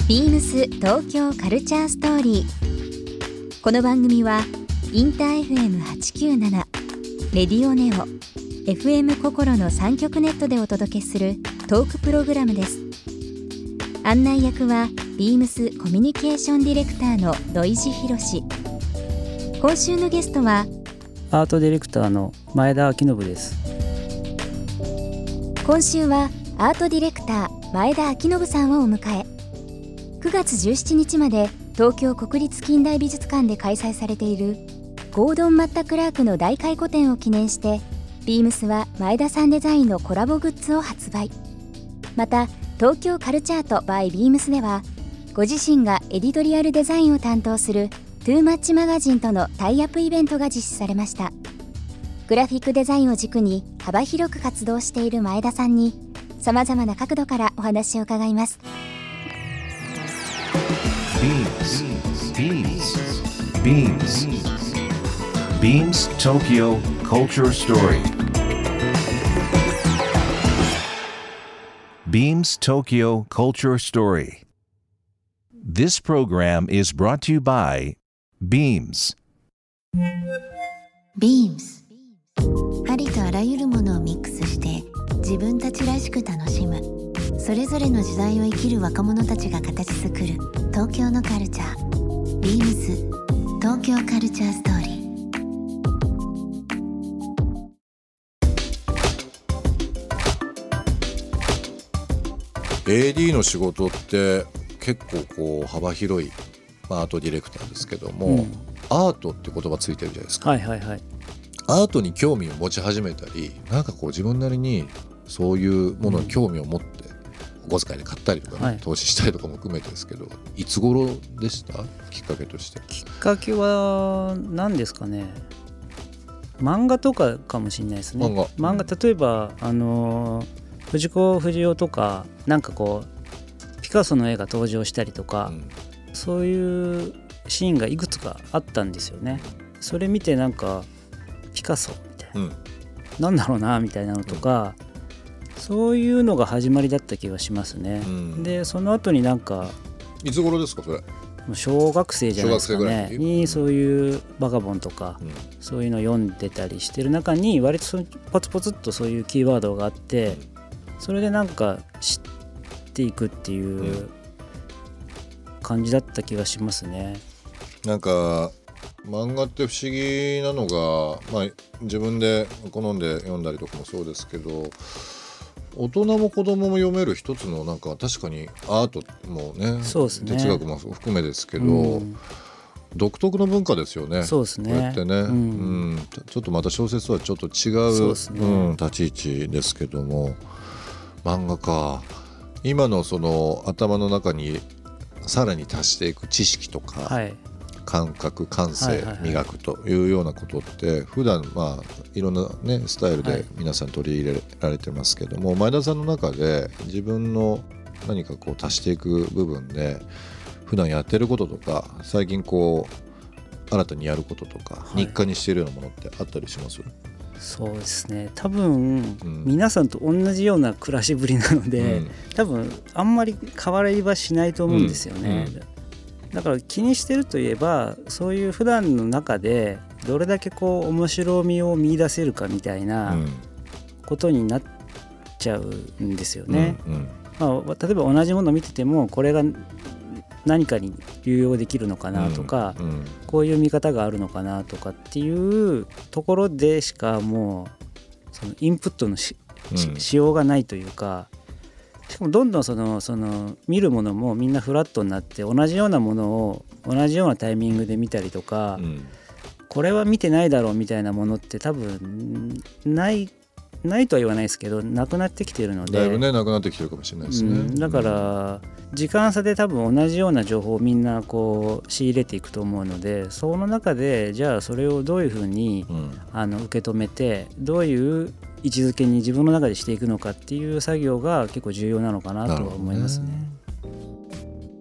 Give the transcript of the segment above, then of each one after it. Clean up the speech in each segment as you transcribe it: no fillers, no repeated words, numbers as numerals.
ビームス東京カルチャーストーリー。この番組はインター FM897 レディオネオ FM 心の3極ネットでお届けするトークプログラムです。案内役はビームスコミュニケーションディレクターの土井博志。今週のゲストはアートディレクターの前田明信です。 今週はアートディレクター前田明信さんをお迎え、9月17日まで東京国立近代美術館で開催されているゴードン・マッタ・クラークの大回顧展を記念して、ビームスは前田さんデザインのコラボグッズを発売。また東京カルチャート by ビームスでは、ご自身がエディトリアルデザインを担当するトゥーマッチマガジンとのタイアップイベントが実施されました。グラフィックデザインを軸に幅広く活動している前田さんに、さまざまな角度からお話を伺います。 Beams Tokyo Culture Story. Beams Tokyo Culture Story. This program is brought to you by Beams. Beams ありとあらゆるものをミックスして自分たちらしく楽しむ、それぞれの時代を生きる若者たちが形作る東京のカルチャー。 Beams 東京カルチャーストーリー。 AD の仕事って結構こう幅広い、アートディレクターですけども、アートって言葉ついてるじゃないですか。 はいはいはい。 アートに興味を持ち始めたり、なんかこう自分なりにそういうものに興味を持ってお小遣いで買ったりとか、投資したりとかも含めてですけど、いつ頃でした？きっかけとして。 きっかけは何ですかね。漫画とかかもしれないですね。漫画、例えば藤子不二雄とか、なんかこうピカソの絵が登場したりとか、そういうシーンがいくつかあったんですよね。それ見てなんかピカソみたいな、なんだろうなみたいなのとか、そういうのが始まりだった気がしますね。でその後になんか、 いつ頃ですかそれ？ 小学生じゃないですかねに、そういうバカボンとか、そういうの読んでたりしてる中に、割とポツポツっとそういうキーワードがあって、それでなんか知っていくっていう感じだった気がしますね。 なんか漫画って不思議なのが、自分で好んで読んだりとかもそうですけど、大人も子供も読める一つの、なんか確かにアートもね、 そうですね、 哲学も含めですけど、独特の文化ですよね。 そうですね。 こうやってね、ちょっとまた小説とはちょっと違う、立ち位置ですけども、漫画か。今のその頭の中にさらに足していく知識とか、感覚感性磨くというようなことって、普段いろんなねスタイルで皆さん取り入れられてますけども、前田さんの中で自分の何かこう足していく部分で、普段やってることとか、最近こう新たにやることとか、日課にしているようなものってあったりします？ そうですね、多分、皆さんと同じような暮らしぶりなので、多分あんまり変わりはしないと思うんですよね。だから気にしてるといえば、そういう普段の中でどれだけこう面白みを見出せるかみたいなことになっちゃうんですよね。例えば同じものを見てても、これが何かに流用できるのかなとか、こういう見方があるのかなとかっていうところでしか、もうそのインプットのしようがないというか、しかもどんどんその見るものもみんなフラットになって、同じようなものを同じようなタイミングで見たりとか、これは見てないだろうみたいなものって多分ないとは言わないですけど、なくなってきてるので、 だいぶねなくなってきてるかもしれないですね。 だから時間差で多分同じような情報をみんなこう仕入れていくと思うので、その中でじゃあそれをどういうふうに、受け止めて、どういう位置づけに自分の中でしていくのかっていう作業が結構重要なのかなとは思いますね。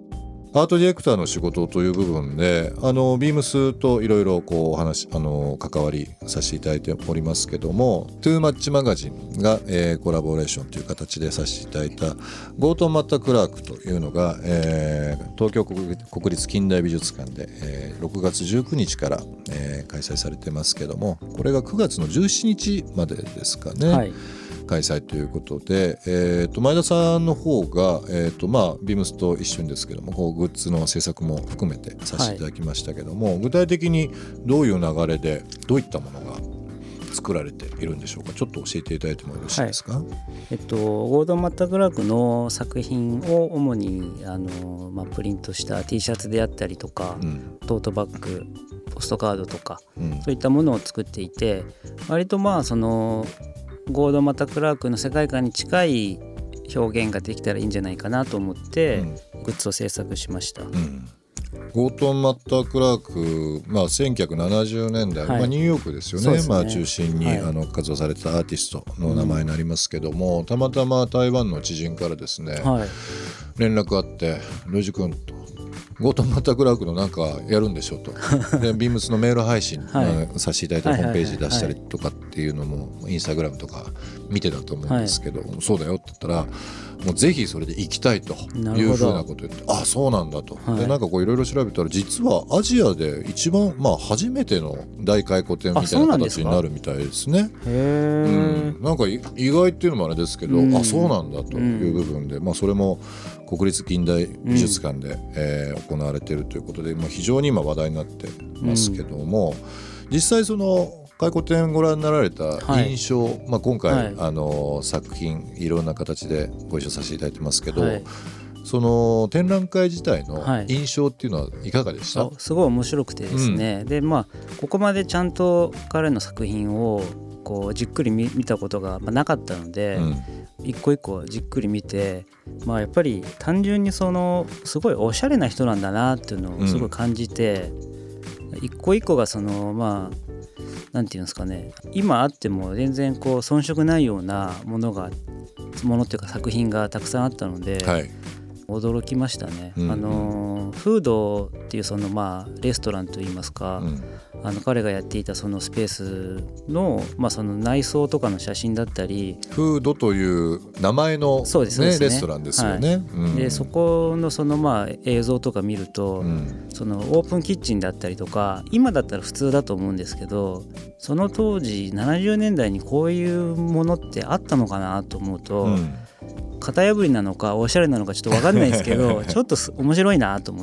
アートディレクターの仕事という部分でビームスといろいろこう関わりさせていただいておりますけども、トゥーマッチマガジンが、コラボレーションという形でさせていただいたゴートン・マッタ・クラークというのが、東京国立近代美術館で、6月19日から、開催されてますけども、これが9月の17日までですかね、はい、開催ということで、前田さんの方が、ビームスと一緒にですけども、こうグッズの制作も含めてさせていただきましたけども、はい、具体的にどういう流れでどういったものが作られているんでしょうか。ちょっと教えていただいてもよろしいですか。はい、 ゴードン・マッタ・クラークの作品を主にプリントした T シャツであったりとか、トートバッグ、ポストカードとか、そういったものを作っていて、割とそのゴードン・マッタ・クラークの世界観に近い表現ができたらいいんじゃないかなと思って、グッズを制作しました。 ゴートン・マッタ・クラーク、1970年代、ニューヨークですよ ね、中心に、活動されてたアーティストの名前になりますけども、たまたま台湾の知人からですね、連絡あって、ロイジ君とゴートン・マッタ・クラークのなんかやるんでしょとでビームスのメール配信、させていただいたホームページ出したりとかっていうのもインスタグラムとか見てたと思うんですけど、そうだよって言ったら、もうぜひそれで行きたいというふうなことを言って、あ、そうなんだと、でなんかこういろいろ調べたら、実はアジアで一番、初めての大回顧展みたいな形になるみたいですね。なんか意外っていうのもあれですけど、あ、そうなんだという部分で、それも国立近代美術館で、行われているということで、非常に今話題になってますけども、実際その回顧展ご覧になられた印象、今回、作品いろんな形でご一緒させていただいてますけど、その展覧会自体の印象っていうのはいかがでした？ すごい面白くてですね、でここまでちゃんと彼の作品をこうじっくり 見たことがなかったので、一個一個じっくり見て、やっぱり単純にそのすごいおしゃれな人なんだなっていうのをすごい感じて、一個一個がそのなんていうんですかね、今あっても全然こう遜色ないようなものっていうか作品がたくさんあったので、驚きましたね。フードっていうそのレストランといいますか、彼がやっていたそのスペースの、その内装とかの写真だったり、 フードという名前の、レストランですよね。 でそこのその映像とか見ると、そのオープンキッチンだったりとか、今だったら普通だと思うんですけど、その当時70年代にこういうものってあったのかなと思うと、型破りなのかおしゃれなのかちょっと分かんないですけどちょっと面白いなと思って、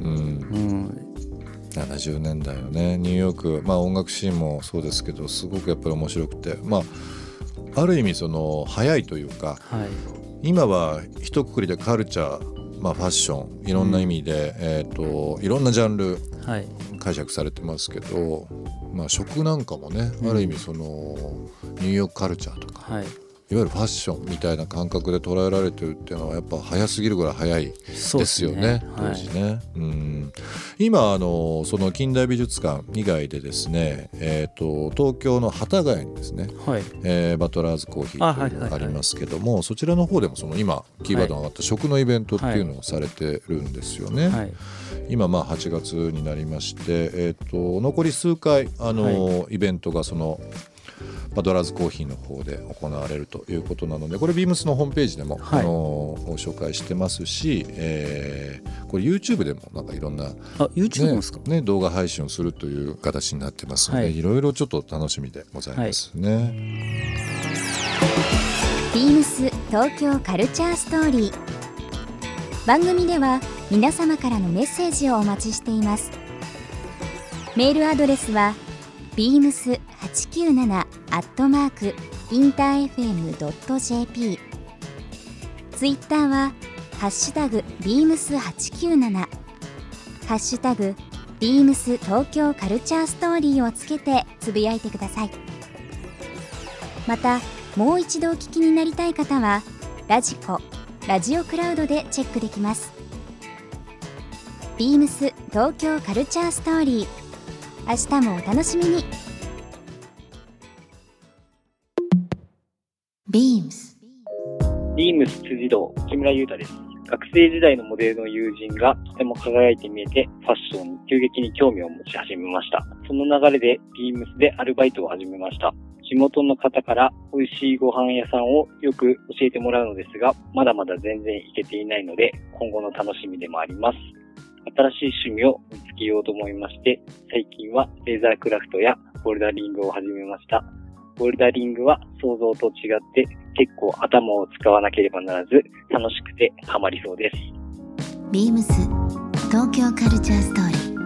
70年代のねニューヨーク、音楽シーンもそうですけど、すごくやっぱり面白くて、ある意味その早いというか、今は一括りでカルチャー、ファッションいろんな意味で、いろんなジャンル解釈されてますけど、食なんかもね、ある意味そのニューヨークカルチャーとか、いわゆるファッションみたいな感覚で捉えられてるっていうのはやっぱ早すぎるぐらい早いですよね、当時ね。今その近代美術館以外でですね、東京の幡ヶ谷にですね、バトラーズコーヒーというのがありますけども、そちらの方でもその今キーワードが上がった食のイベントっていうのをされてるんですよね。今8月になりまして、残り数回イベントがそのバトラーズコーヒーの方で行われるということなので、これビームスのホームページでも、ご紹介してますし、これ YouTube でもなんかいろんな、 YouTube ですか、 動画配信をするという形になってますので、いろいろちょっと楽しみでございますね。 ビームス東京カルチャーストーリー、番組では皆様からのメッセージをお待ちしています。メールアドレスはbeams897@interfm.jp、 ツイッターはハッシュタグ beams897、 ハッシュタグ beams 東京カルチャーストーリーをつけてつぶやいてください。またもう一度お聞きになりたい方はラジコ、ラジオクラウドでチェックできます。beams 東京カルチャーストーリー、明日もお楽しみに。 ビームス辻堂木村優太です。 学生時代のモデルの友人がとても輝いて見えてファッションに急激に興味を持ち始めました。その流れでビームスでアルバイトを始めました。地元の方から美味しいご飯屋さんをよく教えてもらうのですが、まだまだ全然行けていないので今後の楽しみでもあります。新しい趣味を見つけようと思いまして、最近はレーザークラフトやボルダリングを始めました。ボルダリングは想像と違って結構頭を使わなければならず楽しくてハマりそうです。 ビームス東京カルチャーストーリー。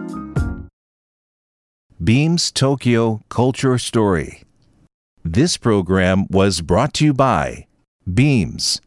Beams Tokyo Culture Story. This program was brought to you by Beams.